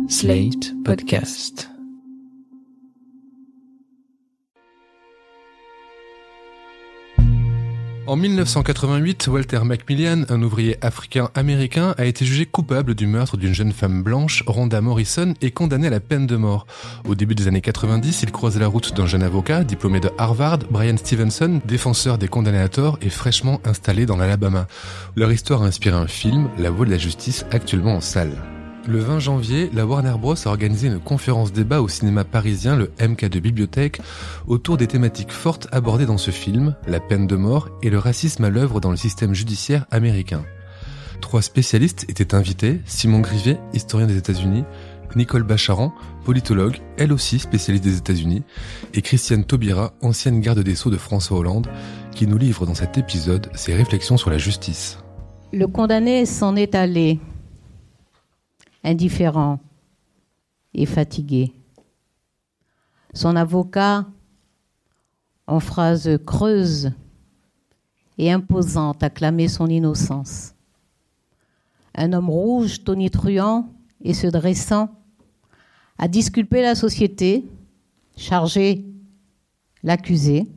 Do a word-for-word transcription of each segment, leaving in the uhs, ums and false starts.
Slate Podcast. En dix-neuf cent quatre-vingt-huit, Walter Macmillan, un ouvrier africain-américain, a été jugé coupable du meurtre d'une jeune femme blanche, Rhonda Morrison, et condamné à la peine de mort. Au début des années quatre-vingt-dix, il croise la route d'un jeune avocat, diplômé de Harvard, Brian Stevenson, défenseur des condamnés à tort et fraîchement installé dans l'Alabama. Leur histoire a inspiré un film, La Voie de la justice, actuellement en salle. Le vingt janvier, la Warner Bros a organisé une conférence débat au cinéma parisien, le M K deux Bibliothèque, autour des thématiques fortes abordées dans ce film, la peine de mort et le racisme à l'œuvre dans le système judiciaire américain. Trois spécialistes étaient invités, Simon Grivet, historien des États-Unis, Nicole Bacharan, politologue, elle aussi spécialiste des États-Unis, et Christiane Taubira, ancienne garde des Sceaux de François Hollande, qui nous livre dans cet épisode ses réflexions sur la justice. Le condamné s'en est allé, indifférent et fatigué. Son avocat, en phrases creuses et imposantes, acclamait son innocence. Un homme rouge, tonitruant et se dressant, a disculpé la société, chargé l'accusé,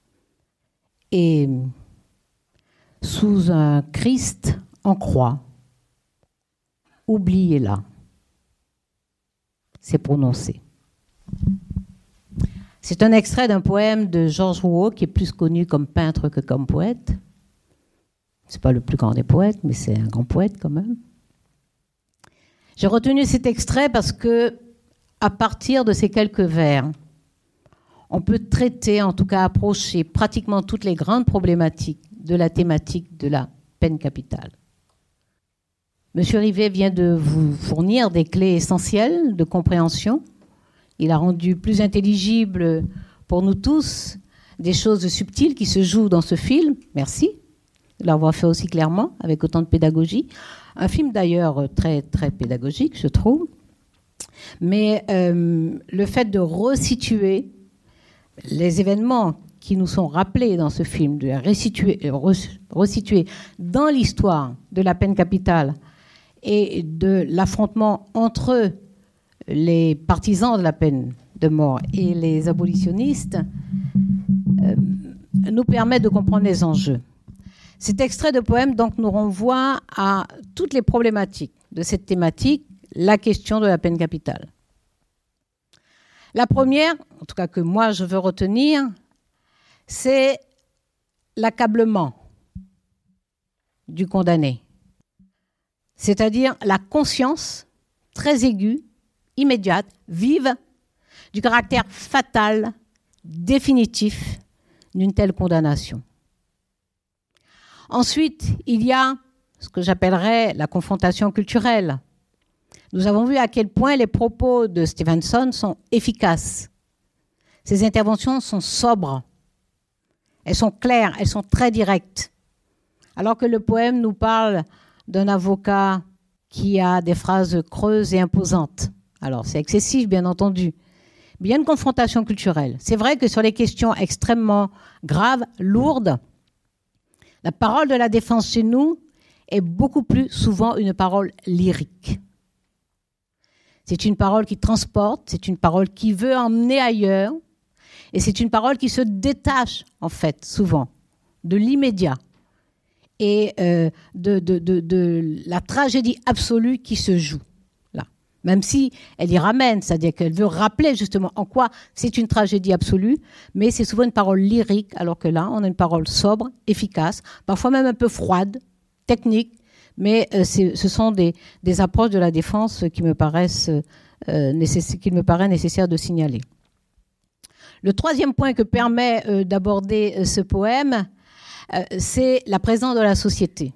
et sous un Christ en croix, oubliez-la. C'est prononcé. C'est un extrait d'un poème de Georges Rouault, qui est plus connu comme peintre que comme poète. C'est pas le plus grand des poètes, mais c'est un grand poète quand même. J'ai retenu cet extrait parce que, à partir de ces quelques vers, on peut traiter, en tout cas approcher, pratiquement toutes les grandes problématiques de la thématique de la peine capitale. Monsieur Rivet vient de vous fournir des clés essentielles de compréhension. Il a rendu plus intelligible pour nous tous des choses subtiles qui se jouent dans ce film. Merci de l'avoir fait aussi clairement, avec autant de pédagogie. Un film d'ailleurs très, très pédagogique, je trouve. Mais euh, le fait de resituer les événements qui nous sont rappelés dans ce film, de les resituer, resituer dans l'histoire de la peine capitale, et de l'affrontement entre les partisans de la peine de mort et les abolitionnistes euh, nous permet de comprendre les enjeux. Cet extrait de poème donc nous renvoie à toutes les problématiques de cette thématique, la question de la peine capitale. La première, en tout cas que moi je veux retenir, c'est l'accablement du condamné. C'est-à-dire la conscience très aiguë, immédiate, vive, du caractère fatal, définitif d'une telle condamnation. Ensuite, il y a ce que j'appellerais la confrontation culturelle. Nous avons vu à quel point les propos de Stevenson sont efficaces. Ses interventions sont sobres, elles sont claires, elles sont très directes. Alors que le poème nous parle d'un avocat qui a des phrases creuses et imposantes. Alors, c'est excessif, bien entendu. Mais il y a une confrontation culturelle. C'est vrai que sur les questions extrêmement graves, lourdes, la parole de la défense chez nous est beaucoup plus souvent une parole lyrique. C'est une parole qui transporte, c'est une parole qui veut emmener ailleurs, et c'est une parole qui se détache, en fait, souvent, de l'immédiat. Et euh, de, de, de, de la tragédie absolue qui se joue là. Même si elle y ramène, c'est-à-dire qu'elle veut rappeler justement en quoi c'est une tragédie absolue, mais c'est souvent une parole lyrique, alors que là, on a une parole sobre, efficace, parfois même un peu froide, technique, mais euh, c'est, ce sont des, des approches de la défense qui me paraissent, euh, nécess- qu'il me paraît nécessaire de signaler. Le troisième point que permet euh, d'aborder euh, ce poème, Euh, c'est la présence de la société.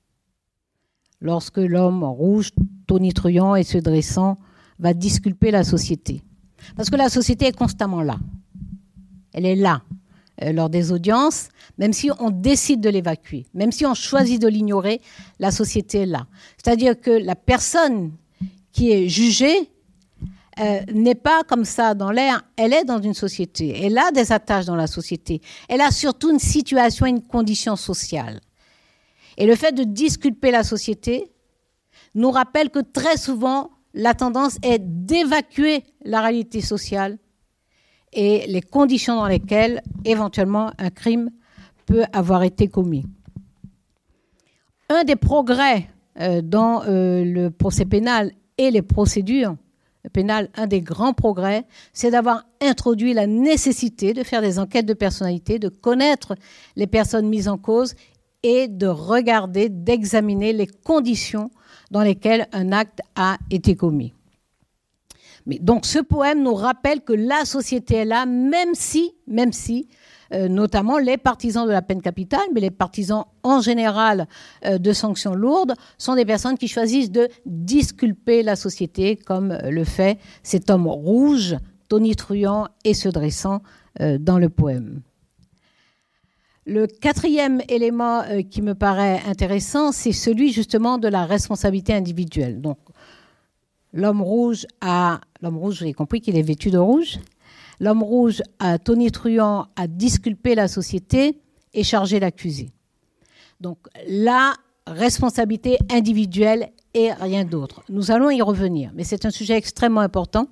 Lorsque l'homme rouge, tonitruant et se dressant va disculper la société. Parce que la société est constamment là. Elle est là euh, lors des audiences, même si on décide de l'évacuer, même si on choisit de l'ignorer, la société est là. C'est-à-dire que la personne qui est jugée euh, n'est pas comme ça dans l'air, elle est dans une société, elle a des attaches dans la société, elle a surtout une situation, une condition sociale. Et le fait de disculper la société nous rappelle que très souvent, la tendance est d'évacuer la réalité sociale et les conditions dans lesquelles, éventuellement, un crime peut avoir été commis. Un des progrès euh, dans euh, le procès pénal et les procédures pénales, un des grands progrès, c'est d'avoir introduit la nécessité de faire des enquêtes de personnalité, de connaître les personnes mises en cause et de regarder, d'examiner les conditions dans lesquelles un acte a été commis. Mais donc ce poème nous rappelle que la société est là, même si, même si, euh, notamment les partisans de la peine capitale, mais les partisans en général euh, de sanctions lourdes, sont des personnes qui choisissent de disculper la société, comme le fait cet homme rouge, tonitruant et se dressant euh, dans le poème. Le quatrième élément euh, qui me paraît intéressant, c'est celui justement de la responsabilité individuelle. Donc, l'homme rouge a, l'homme rouge, vous avez compris qu'il est vêtu de rouge. L'homme rouge a tonitruant a disculpé la société et chargé l'accusé. Donc, la responsabilité individuelle et rien d'autre. Nous allons y revenir, mais c'est un sujet extrêmement important.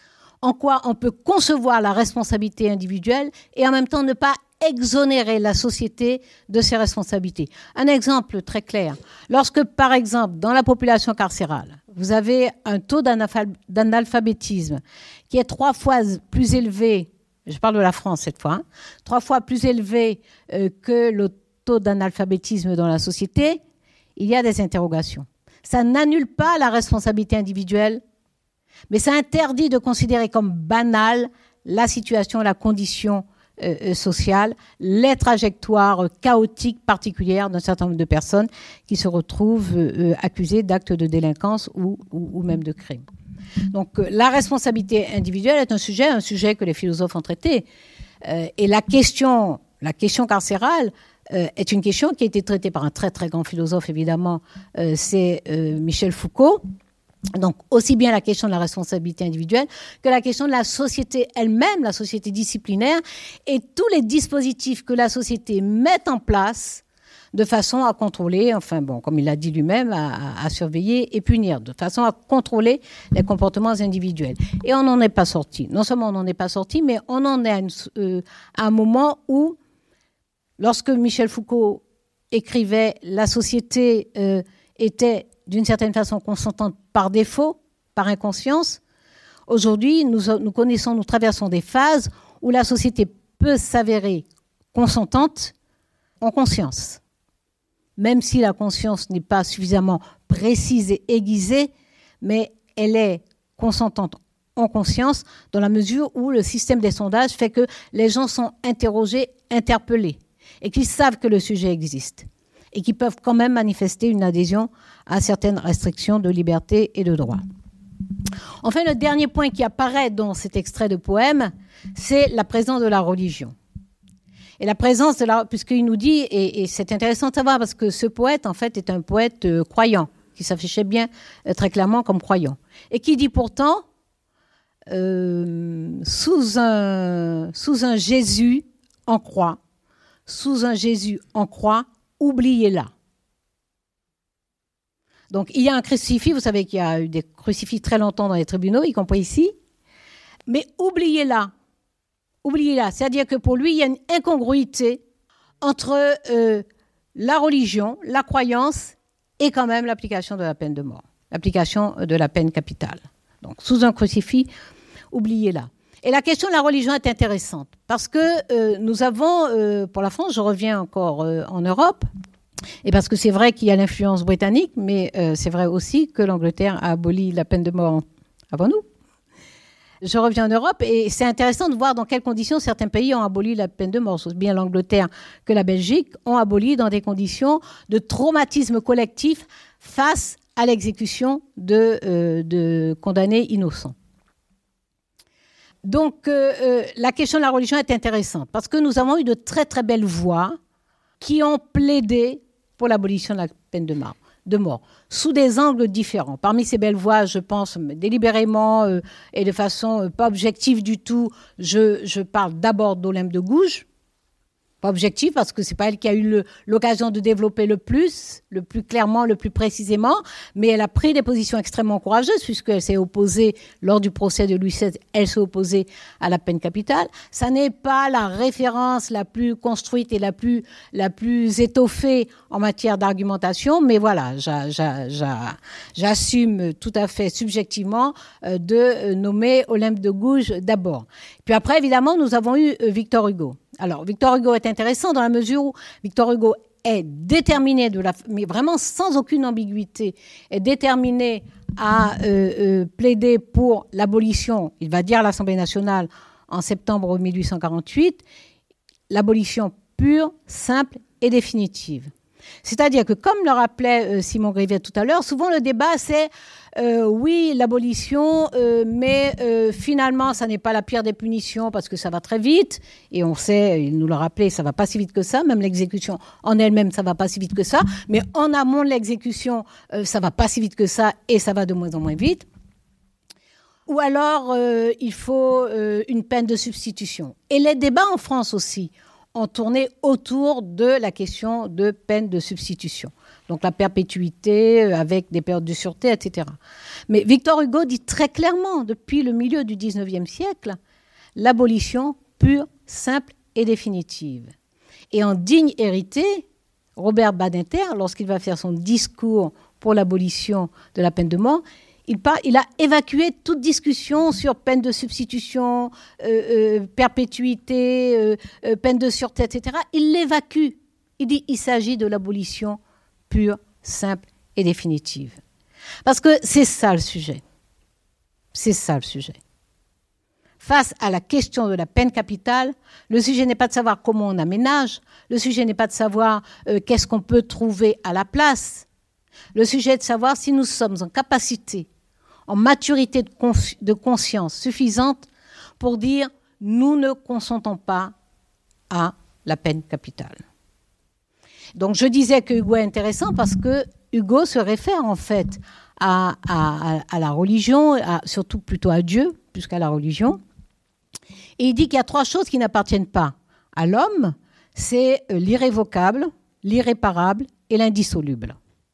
En quoi on peut concevoir la responsabilité individuelle et en même temps ne pas exonérer la société de ses responsabilités. Un exemple très clair. Lorsque, par exemple, dans la population carcérale, vous avez un taux d'analphabétisme qui est trois fois plus élevé, je parle de la France cette fois, hein, trois fois plus élevé euh, que le taux d'analphabétisme dans la société, il y a des interrogations. Ça n'annule pas la responsabilité individuelle, mais ça interdit de considérer comme banale la situation, la condition euh, sociale, les trajectoires chaotiques particulières d'un certain nombre de personnes qui se retrouvent euh, accusées d'actes de délinquance ou, ou, ou même de crimes. Donc euh, la responsabilité individuelle est un sujet, un sujet que les philosophes ont traité. Euh, et la question, la question carcérale euh, est une question qui a été traitée par un très très grand philosophe, évidemment, euh, c'est euh, Michel Foucault. Donc, aussi bien la question de la responsabilité individuelle que la question de la société elle-même, la société disciplinaire, et tous les dispositifs que la société met en place de façon à contrôler, enfin bon, comme il l'a dit lui-même, à, à surveiller et punir, de façon à contrôler les comportements individuels. Et on n'en est pas sorti. Non seulement on n'en est pas sorti, mais on en est à, une, euh, à un moment où, lorsque Michel Foucault écrivait « La société euh, était d'une certaine façon consentante par défaut, par inconscience », aujourd'hui, nous, nous connaissons, nous traversons des phases où la société peut s'avérer consentante en conscience. Même si la conscience n'est pas suffisamment précise et aiguisée, mais elle est consentante en conscience dans la mesure où le système des sondages fait que les gens sont interrogés, interpellés, et qu'ils savent que le sujet existe, et qu'ils peuvent quand même manifester une adhésion à certaines restrictions de liberté et de droit. Enfin, le dernier point qui apparaît dans cet extrait de poème, c'est la présence de la religion. Et la présence de la... Puisqu'il nous dit, et, et c'est intéressant de savoir, parce que ce poète, en fait, est un poète euh, croyant, qui s'affichait bien euh, très clairement comme croyant, et qui dit pourtant, euh, sous, un, sous un Jésus en croix, sous un Jésus en croix, oubliez-la. Donc, il y a un crucifix, vous savez qu'il y a eu des crucifix très longtemps dans les tribunaux, y compris ici, mais oubliez-la. Oubliez-la. C'est-à-dire que pour lui, il y a une incongruité entre euh, la religion, la croyance et quand même l'application de la peine de mort, l'application de la peine capitale. Donc, sous un crucifix, oubliez-la. Et la question de la religion est intéressante parce que euh, nous avons, euh, pour la France, je reviens encore euh, en Europe, et parce que c'est vrai qu'il y a l'influence britannique, mais euh, c'est vrai aussi que l'Angleterre a aboli la peine de mort avant nous. Je reviens en Europe et c'est intéressant de voir dans quelles conditions certains pays ont aboli la peine de mort. Bien l'Angleterre que la Belgique ont aboli dans des conditions de traumatisme collectif face à l'exécution de, euh, de condamnés innocents. Donc, euh, euh, la question de la religion est intéressante parce que nous avons eu de très très belles voix qui ont plaidé pour l'abolition de la peine de mort, de mort, sous des angles différents. Parmi ces belles voix, je pense délibérément euh, et de façon euh, pas objective du tout, je, je parle d'abord d'Olympe de Gouges, Pas objective parce que c'est pas elle qui a eu le, l'occasion de développer le plus, le plus clairement, le plus précisément, mais elle a pris des positions extrêmement courageuses puisqu'elle s'est opposée lors du procès de Louis seize, elle s'est opposée à la peine capitale. Ça n'est pas la référence la plus construite et la plus la plus étoffée en matière d'argumentation, mais voilà, j'a, j'a, j'a, j'assume tout à fait subjectivement euh, de nommer Olympe de Gouges d'abord. Puis après, évidemment, nous avons eu euh, Victor Hugo. Alors, Victor Hugo est intéressant dans la mesure où Victor Hugo est déterminé, de la, mais vraiment sans aucune ambiguïté, est déterminé à euh, euh, plaider pour l'abolition, il va dire à l'Assemblée nationale en septembre mille huit cent quarante-huit, l'abolition pure, simple et définitive. C'est-à-dire que, comme le rappelait euh, Simon Grivet tout à l'heure, souvent le débat c'est euh, oui, l'abolition, euh, mais euh, finalement, ça n'est pas la pire des punitions parce que ça va très vite. Et on sait, il nous l'a rappelé, ça va pas si vite que ça. Même l'exécution en elle-même, ça va pas si vite que ça. Mais en amont de l'exécution, euh, ça va pas si vite que ça et ça va de moins en moins vite. Ou alors, euh, il faut euh, une peine de substitution. Et les débats en France aussi ont tourné autour de la question de peine de substitution. Donc la perpétuité avec des périodes de sûreté, et cetera. Mais Victor Hugo dit très clairement, depuis le milieu du dix-neuvième siècle, l'abolition pure, simple et définitive. Et en digne hérité, Robert Badinter, lorsqu'il va faire son discours pour l'abolition de la peine de mort, Il, part, il a évacué toute discussion sur peine de substitution, euh, euh, perpétuité, euh, euh, peine de sûreté, et cetera. Il l'évacue. Il dit qu'il s'agit de l'abolition pure, simple et définitive. Parce que c'est ça le sujet. C'est ça le sujet. Face à la question de la peine capitale, le sujet n'est pas de savoir comment on aménage, le sujet n'est pas de savoir euh, qu'est-ce qu'on peut trouver à la place. Le sujet est de savoir si nous sommes en capacité, en maturité de, confi- de conscience suffisante pour dire « nous ne consentons pas à la peine capitale ». Donc je disais que Hugo est intéressant parce que Hugo se réfère en fait à, à, à la religion, à, surtout plutôt à Dieu, plus qu'à la religion. Et il dit qu'il y a trois choses qui n'appartiennent pas à l'homme, c'est l'irrévocable, l'irréparable et l'indissoluble.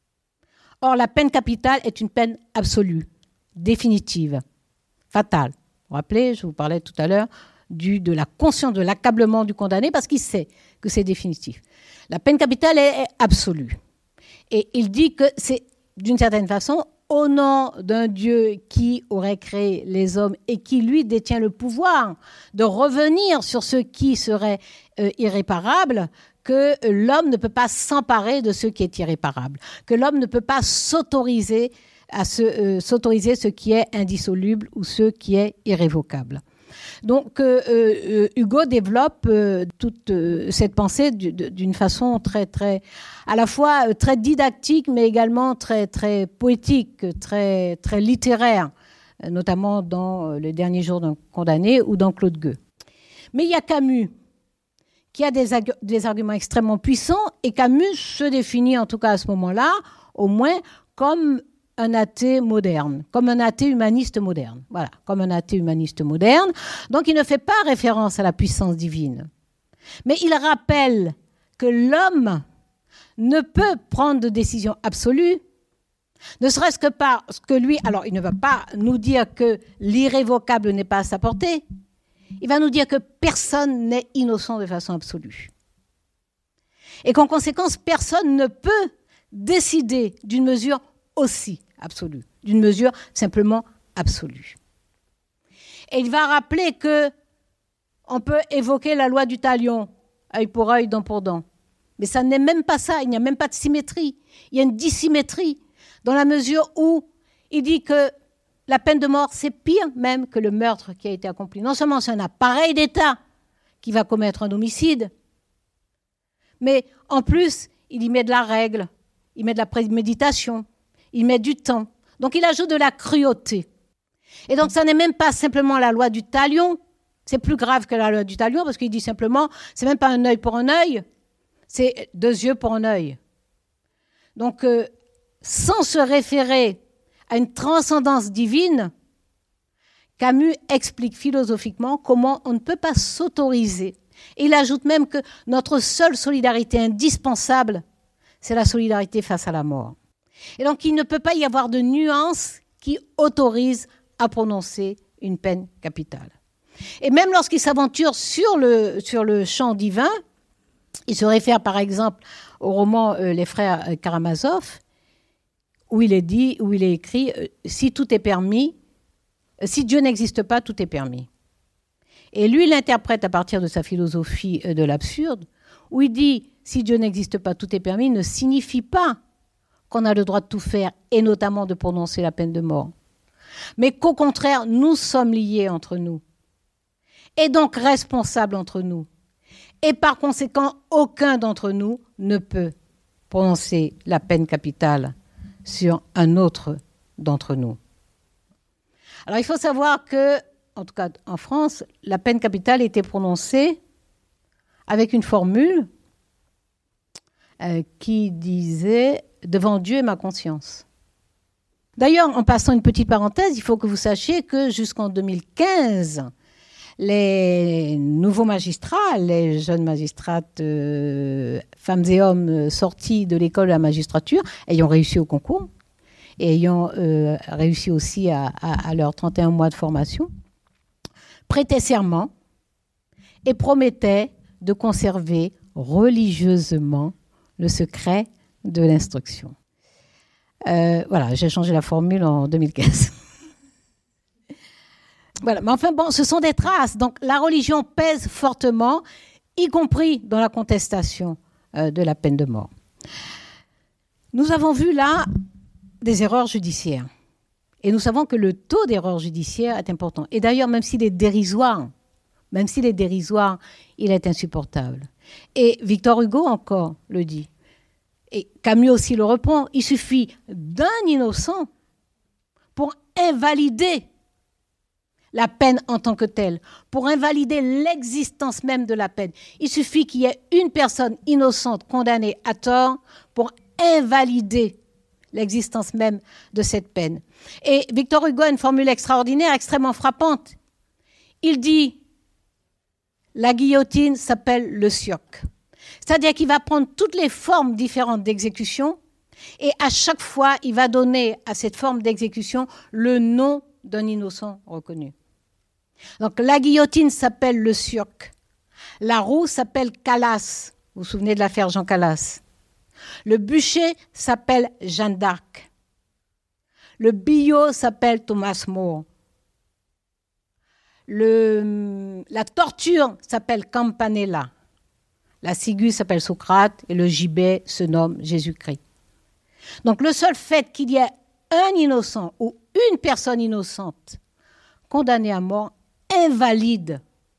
Or, la peine capitale est une peine absolue, définitive, fatale. Vous vous rappelez, je vous parlais tout à l'heure du, de la conscience de l'accablement du condamné parce qu'il sait que c'est définitif. La peine capitale est, est absolue. Et il dit que c'est, d'une certaine façon, au nom d'un Dieu qui aurait créé les hommes et qui, lui, détient le pouvoir de revenir sur ce qui serait euh, irréparable, que l'homme ne peut pas s'emparer de ce qui est irréparable, que l'homme ne peut pas s'autoriser à se, euh, s'autoriser ce qui est indissoluble ou ce qui est irrévocable. Donc euh, euh, Hugo développe euh, toute euh, cette pensée d'une façon très très à la fois très didactique mais également très très poétique, très très littéraire, notamment dans Les derniers jours d'un condamné ou dans Claude Gueux. Mais il y a Camus qui a des, des arguments extrêmement puissants et Camus se définit en tout cas à ce moment-là au moins comme un athée moderne, comme un athée humaniste moderne. Voilà, comme un athée humaniste moderne. Donc, il ne fait pas référence à la puissance divine. Mais il rappelle que l'homme ne peut prendre de décision absolue, ne serait-ce que parce que lui, alors il ne va pas nous dire que l'irrévocable n'est pas à sa portée, il va nous dire que personne n'est innocent de façon absolue. Et qu'en conséquence, personne ne peut décider d'une mesure aussi absolue, d'une mesure simplement absolue. Et il va rappeler que on peut évoquer la loi du talion, œil pour œil, dent pour dent. Mais ça n'est même pas ça, il n'y a même pas de symétrie. Il y a une dissymétrie dans la mesure où il dit que la peine de mort, c'est pire même que le meurtre qui a été accompli. Non seulement c'est un appareil d'État qui va commettre un homicide, mais en plus, il y met de la règle, il met de la préméditation, il met du temps. Donc il ajoute de la cruauté. Et donc ça n'est même pas simplement la loi du talion, c'est plus grave que la loi du talion parce qu'il dit simplement, c'est même pas un œil pour un œil, c'est deux yeux pour un œil. Donc euh, sans se référer à une transcendance divine, Camus explique philosophiquement comment on ne peut pas s'autoriser Et il ajoute même que notre seule solidarité indispensable, c'est la solidarité face à la mort. Et donc, il ne peut pas y avoir de nuance qui autorise à prononcer une peine capitale. Et même lorsqu'il s'aventure sur le, sur le champ divin, il se réfère par exemple au roman euh, Les Frères Karamazov, où il est dit, où il est écrit euh, « Si tout est permis, euh, si Dieu n'existe pas, tout est permis ». Et lui, il l'interprète à partir de sa philosophie euh, de l'absurde, où il dit « Si Dieu n'existe pas, tout est permis » ne signifie pas qu'on a le droit de tout faire, et notamment de prononcer la peine de mort. Mais qu'au contraire, nous sommes liés entre nous, et donc responsables entre nous. Et par conséquent, aucun d'entre nous ne peut prononcer la peine capitale sur un autre d'entre nous. Alors il faut savoir que, en tout cas en France, la peine capitale était prononcée avec une formule euh, qui disait « Devant Dieu et ma conscience ». D'ailleurs, en passant une petite parenthèse, il faut que vous sachiez que jusqu'en deux mille quinze, les nouveaux magistrats, les jeunes magistrates, euh, femmes et hommes sortis de l'école de la magistrature, ayant réussi au concours, et ayant euh, réussi aussi à, à, à leurs trente et un mois de formation, prêtaient serment et promettaient de conserver religieusement le secret de l'instruction. Euh, voilà, j'ai changé la formule en deux mille quinze. Voilà, mais enfin bon, ce sont des traces. Donc la religion pèse fortement, y compris dans la contestation euh, de la peine de mort. Nous avons vu là des erreurs judiciaires. Et nous savons que le taux d'erreur judiciaire est important. Et d'ailleurs, même s'il est dérisoire, même s'il est dérisoire, il est insupportable. Et Victor Hugo encore le dit. Et Camus aussi le reprend. Il suffit d'un innocent pour invalider la peine en tant que telle, pour invalider l'existence même de la peine. Il suffit qu'il y ait une personne innocente condamnée à tort pour invalider l'existence même de cette peine. Et Victor Hugo a une formule extraordinaire, extrêmement frappante. Il dit « La guillotine s'appelle le sioc ». C'est-à-dire qu'il va prendre toutes les formes différentes d'exécution et à chaque fois, il va donner à cette forme d'exécution le nom d'un innocent reconnu. Donc la guillotine s'appelle le sioc. La roue s'appelle Calas. Vous vous souvenez de l'affaire Jean Calas. Le bûcher s'appelle Jeanne d'Arc. Le billot s'appelle Thomas More. Le, la torture s'appelle Campanella. La ciguë s'appelle Socrate et le gibet se nomme Jésus-Christ. Donc le seul fait qu'il y ait un innocent ou une personne innocente condamnée à mort invalide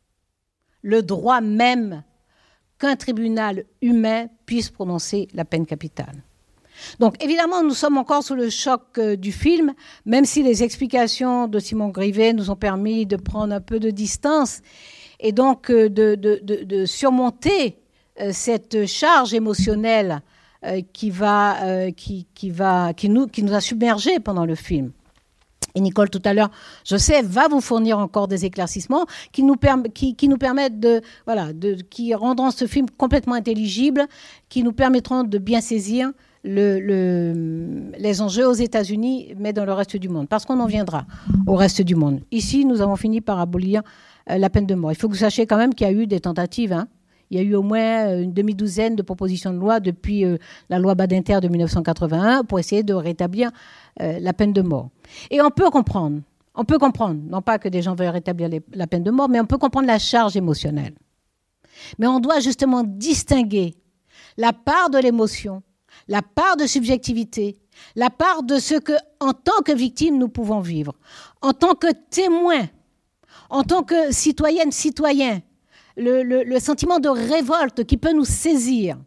le droit même qu'un tribunal humain puisse prononcer la peine capitale. Donc évidemment, nous sommes encore sous le choc euh, du film, même si les explications de Simon Grivet nous ont permis de prendre un peu de distance et donc euh, de, de, de, de surmonter euh, cette charge émotionnelle euh, qui, va, euh, qui, qui, va, qui, nous, qui nous a submergés pendant le film. Et Nicole, tout à l'heure, je sais, va vous fournir encore des éclaircissements qui nous, perm- qui, qui nous permettent de, voilà, de, qui rendront ce film complètement intelligible, qui nous permettront de bien saisir le, le, les enjeux aux États-Unis, mais dans le reste du monde. Parce qu'on en viendra au reste du monde. Ici, nous avons fini par abolir euh, la peine de mort. Il faut que vous sachiez quand même qu'il y a eu des tentatives, hein. Il y a eu au moins une demi-douzaine de propositions de loi depuis euh, la loi Badinter de dix-neuf cent quatre-vingt-un pour essayer de rétablir euh, la peine de mort. Et on peut comprendre, on peut comprendre, non pas que des gens veuillent rétablir les, la peine de mort, mais on peut comprendre la charge émotionnelle. Mais on doit justement distinguer la part de l'émotion, la part de subjectivité, la part de ce que, en tant que victime, nous pouvons vivre, en tant que témoin, en tant que citoyenne, citoyen, le, le, le sentiment de révolte qui peut nous saisir.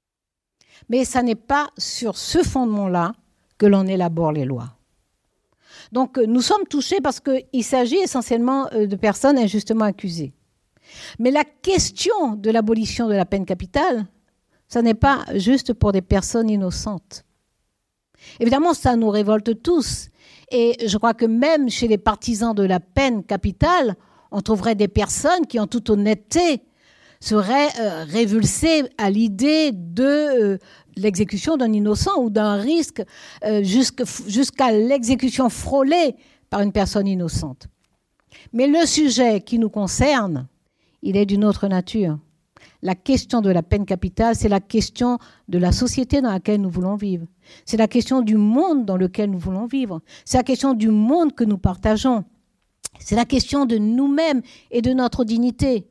Mais ça n'est pas sur ce fondement-là que l'on élabore les lois. Donc nous sommes touchés parce qu'il s'agit essentiellement de personnes injustement accusées. Mais la question de l'abolition de la peine capitale, ça n'est pas juste pour des personnes innocentes. Évidemment, ça nous révolte tous. Et je crois que même chez les partisans de la peine capitale, on trouverait des personnes qui, en toute honnêteté, serait euh, révulsé à l'idée de euh, l'exécution d'un innocent ou d'un risque euh, jusqu'à, jusqu'à l'exécution frôlée par une personne innocente. Mais le sujet qui nous concerne, il est d'une autre nature. La question de la peine capitale, c'est la question de la société dans laquelle nous voulons vivre. C'est la question du monde dans lequel nous voulons vivre. C'est la question du monde que nous partageons. C'est la question de nous-mêmes et de notre dignité.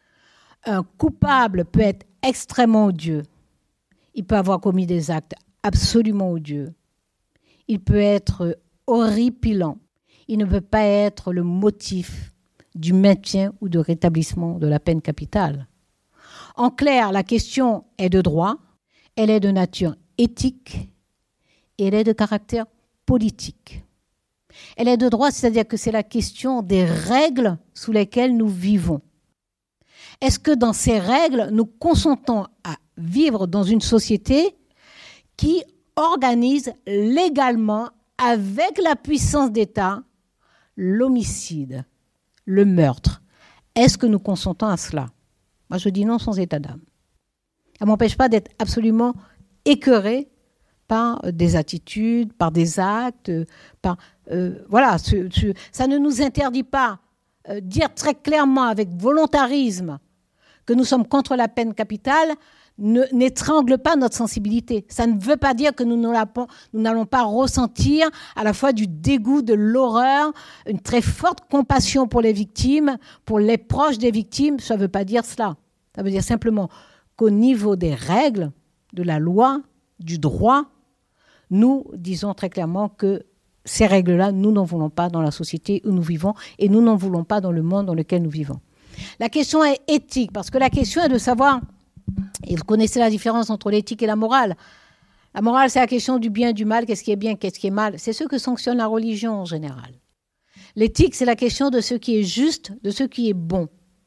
Un coupable peut être extrêmement odieux. Il peut avoir commis des actes absolument odieux. Il peut être horripilant. Il ne peut pas être le motif du maintien ou de rétablissement de la peine capitale. En clair, la question est de droit, elle est de nature éthique et elle est de caractère politique. Elle est de droit, c'est-à-dire que c'est la question des règles sous lesquelles nous vivons. Est-ce que dans ces règles, nous consentons à vivre dans une société qui organise légalement, avec la puissance d'État, l'homicide, le meurtre? Est-ce que nous consentons à cela? Moi, je dis non sans état d'âme. Ça ne m'empêche pas d'être absolument écœuré par des attitudes, par des actes, par... Euh, voilà, ce, ce, ça ne nous interdit pas euh, dire très clairement, avec volontarisme, que nous sommes contre la peine capitale, ne, n'étrangle pas notre sensibilité. Ça ne veut pas dire que nous, nous n'allons pas ressentir à la fois du dégoût, de l'horreur, une très forte compassion pour les victimes, pour les proches des victimes. Ça ne veut pas dire cela. Ça veut dire simplement qu'au niveau des règles, de la loi, du droit, nous disons très clairement que ces règles-là, nous n'en voulons pas dans la société où nous vivons et nous n'en voulons pas dans le monde dans lequel nous vivons. La question est éthique, parce que la question est de savoir, et vous connaissez la différence entre l'éthique et la morale. La morale, c'est la question du bien et du mal, qu'est-ce qui est bien, qu'est-ce qui est mal. C'est ce que sanctionne la religion en général. L'éthique, c'est la question de ce qui est juste, de ce qui est bon.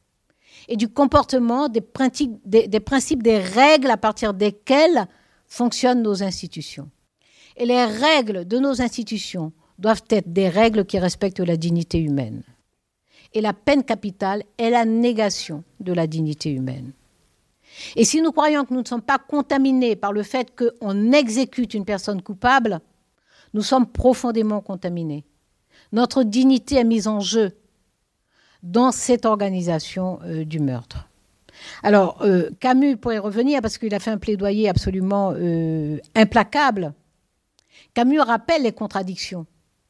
Et du comportement, des principes, des, des principes, des règles à partir desquelles fonctionnent nos institutions. Et les règles de nos institutions doivent être des règles qui respectent la dignité humaine. Et la peine capitale est la négation de la dignité humaine. Et si nous croyons que nous ne sommes pas contaminés par le fait qu'on exécute une personne coupable, nous sommes profondément contaminés. Notre dignité est mise en jeu dans cette organisation euh, du meurtre. Alors, euh, Camus pourrait revenir parce qu'il a fait un plaidoyer absolument euh, implacable. Camus rappelle les contradictions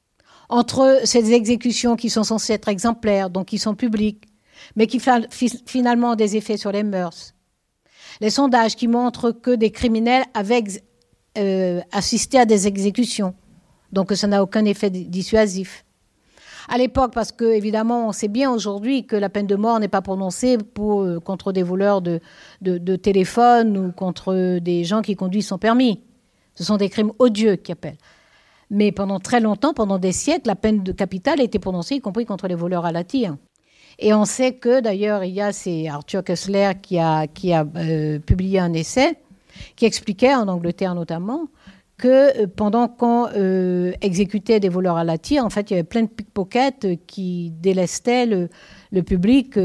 entre ces exécutions qui sont censées être exemplaires, donc qui sont publiques, mais qui fa- finalement ont des effets sur les mœurs. Les sondages qui montrent que des criminels avaient euh, assisté à des exécutions, donc ça n'a aucun effet dissuasif. À l'époque, parce que évidemment, on sait bien aujourd'hui que la peine de mort n'est pas prononcée pour, euh, contre des voleurs de, de, de téléphone ou contre des gens qui conduisent sans permis. Ce sont des crimes odieux qui appellent. Mais pendant très longtemps, pendant des siècles, la peine de capitale a été prononcée, y compris contre les voleurs à la tire. Et on sait que, d'ailleurs, il y a c'est Arthur Koestler qui a, qui a euh, publié un essai qui expliquait, en Angleterre notamment, que euh, pendant qu'on euh, exécutait des voleurs à la tire, en fait, il y avait plein de pickpockets qui délestaient le, le public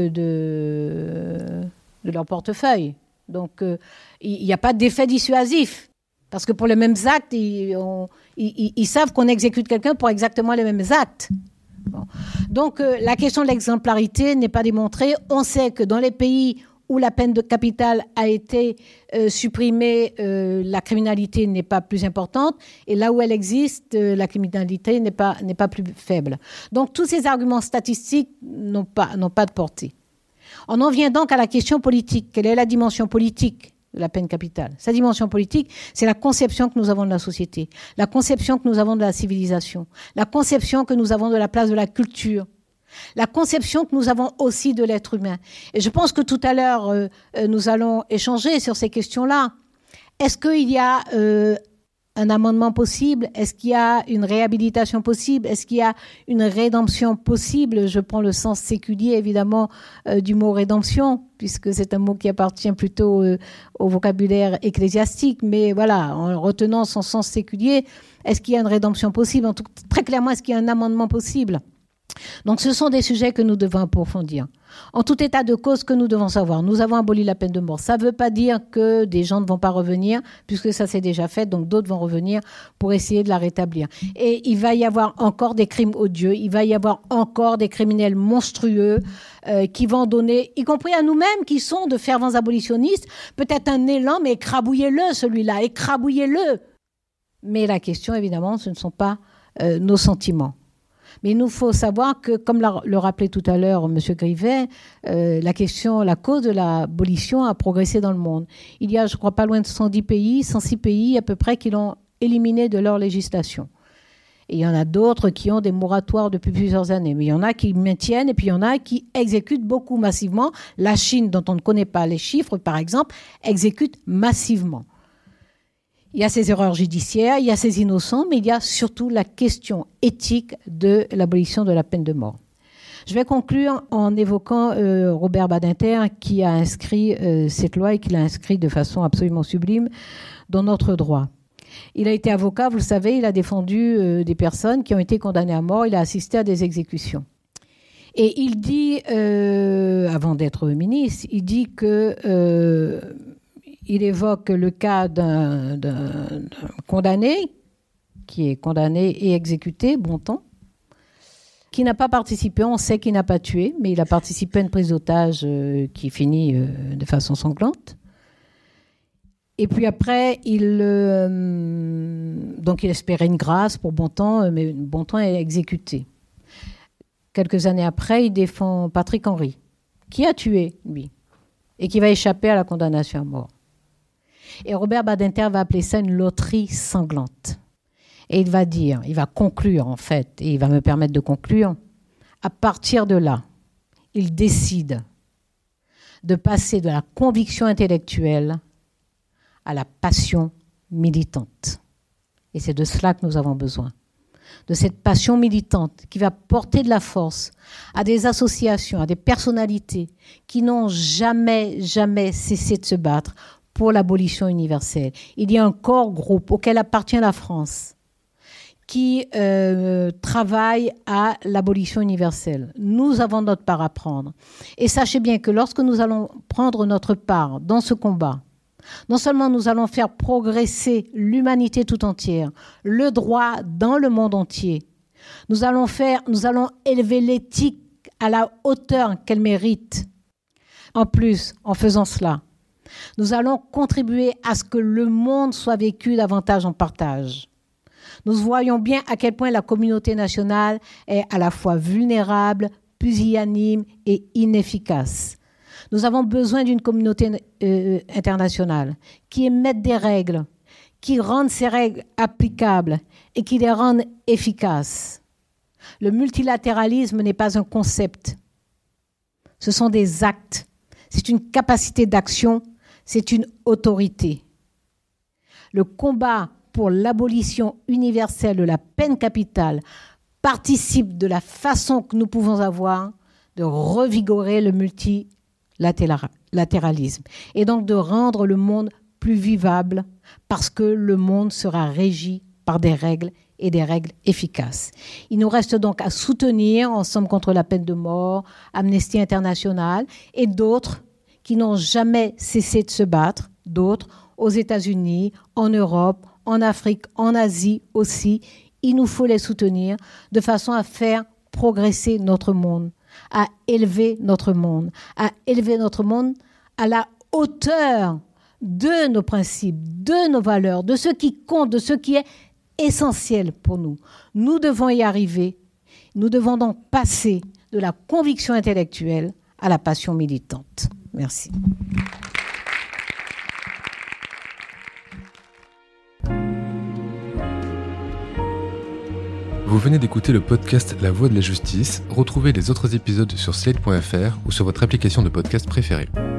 de, de leur portefeuille. Donc, euh, il n'y a pas d'effet dissuasif. Parce que pour les mêmes actes, ils, on, ils, ils savent qu'on exécute quelqu'un pour exactement les mêmes actes. Bon. Donc, euh, la question de l'exemplarité n'est pas démontrée. On sait que dans les pays où la peine de capitale a été euh, supprimée, euh, la criminalité n'est pas plus importante. Et là où elle existe, euh, la criminalité n'est pas, n'est pas plus faible. Donc, tous ces arguments statistiques n'ont pas, n'ont pas de portée. On en vient donc à la question politique. Quelle est la dimension politique de la peine capitale? Sa dimension politique, c'est la conception que nous avons de la société, la conception que nous avons de la civilisation, la conception que nous avons de la place de la culture, la conception que nous avons aussi de l'être humain. Et je pense que tout à l'heure, euh, nous allons échanger sur ces questions-là. Est-ce qu'il y a euh, un amendement possible? Est-ce qu'il y a une réhabilitation possible? Est-ce qu'il y a une rédemption possible? Je prends le sens séculier, évidemment, euh, du mot rédemption, puisque c'est un mot qui appartient plutôt euh, au vocabulaire ecclésiastique. Mais voilà, en retenant son sens séculier, est-ce qu'il y a une rédemption possible? En tout cas, très clairement, est-ce qu'il y a un amendement possible? Donc ce sont des sujets que nous devons approfondir. En tout état de cause, que nous devons savoir, nous avons aboli la peine de mort. Ça ne veut pas dire que des gens ne vont pas revenir, puisque ça s'est déjà fait, donc d'autres vont revenir pour essayer de la rétablir. Et il va y avoir encore des crimes odieux, il va y avoir encore des criminels monstrueux euh, qui vont donner, y compris à nous-mêmes qui sont de fervents abolitionnistes, peut-être un élan, mais écrabouillez-le celui-là, écrabouillez-le. Mais la question, évidemment, ce ne sont pas euh, nos sentiments. Mais il nous faut savoir que, comme le rappelait tout à l'heure M. Grivet, euh, la question, la cause de l'abolition a progressé dans le monde. Il y a, je crois, pas loin de cent dix pays, cent six pays à peu près qui l'ont éliminé de leur législation. Et il y en a d'autres qui ont des moratoires depuis plusieurs années. Mais il y en a qui maintiennent et puis il y en a qui exécutent beaucoup massivement. La Chine, dont on ne connaît pas les chiffres, par exemple, exécute massivement. Il y a ces erreurs judiciaires, il y a ces innocents, mais il y a surtout la question éthique de l'abolition de la peine de mort. Je vais conclure en évoquant euh, Robert Badinter qui a inscrit euh, cette loi et qui l'a inscrit de façon absolument sublime dans notre droit. Il a été avocat, vous le savez, il a défendu euh, des personnes qui ont été condamnées à mort, il a assisté à des exécutions. Et il dit, euh, avant d'être ministre, il dit que... Euh, Il évoque le cas d'un, d'un, d'un condamné, qui est condamné et exécuté, Bontemps, qui n'a pas participé, on sait qu'il n'a pas tué, mais il a participé à une prise d'otage euh, qui finit euh, de façon sanglante. Et puis après, il, euh, donc il espérait une grâce pour Bontemps, mais Bontemps est exécuté. Quelques années après, il défend Patrick Henry, qui a tué, lui, et qui va échapper à la condamnation à mort. Et Robert Badinter va appeler ça une loterie sanglante. Et il va dire, il va conclure en fait, et il va me permettre de conclure, à partir de là, il décide de passer de la conviction intellectuelle à la passion militante. Et c'est de cela que nous avons besoin. De cette passion militante qui va porter de la force à des associations, à des personnalités qui n'ont jamais, jamais cessé de se battre pour l'abolition universelle. Il y a un corps groupe auquel appartient la France qui euh, travaille à l'abolition universelle. Nous avons notre part à prendre. Et sachez bien que lorsque nous allons prendre notre part dans ce combat, non seulement nous allons faire progresser l'humanité tout entière, le droit dans le monde entier, nous allons faire, nous allons élever l'éthique à la hauteur qu'elle mérite. En plus, en faisant cela, nous allons contribuer à ce que le monde soit vécu davantage en partage. Nous voyons bien à quel point la communauté nationale est à la fois vulnérable, pusillanime et inefficace. Nous avons besoin d'une communauté euh, internationale qui émette des règles, qui rende ces règles applicables et qui les rende efficaces. Le multilatéralisme n'est pas un concept. Ce sont des actes. C'est une capacité d'action. C'est une autorité. Le combat pour l'abolition universelle de la peine capitale participe de la façon que nous pouvons avoir de revigorer le multilatéralisme et donc de rendre le monde plus vivable parce que le monde sera régi par des règles et des règles efficaces. Il nous reste donc à soutenir Ensemble contre la peine de mort, Amnesty International et d'autres qui n'ont jamais cessé de se battre, d'autres aux États-Unis, en Europe, en Afrique, en Asie aussi. Il nous faut les soutenir de façon à faire progresser notre monde, à élever notre monde, à élever notre monde à la hauteur de nos principes, de nos valeurs, de ce qui compte, de ce qui est essentiel pour nous. Nous devons y arriver. Nous devons donc passer de la conviction intellectuelle à la passion militante. Merci. Vous venez d'écouter le podcast La Voix de la Justice. Retrouvez les autres épisodes sur slate point f r ou sur votre application de podcast préférée.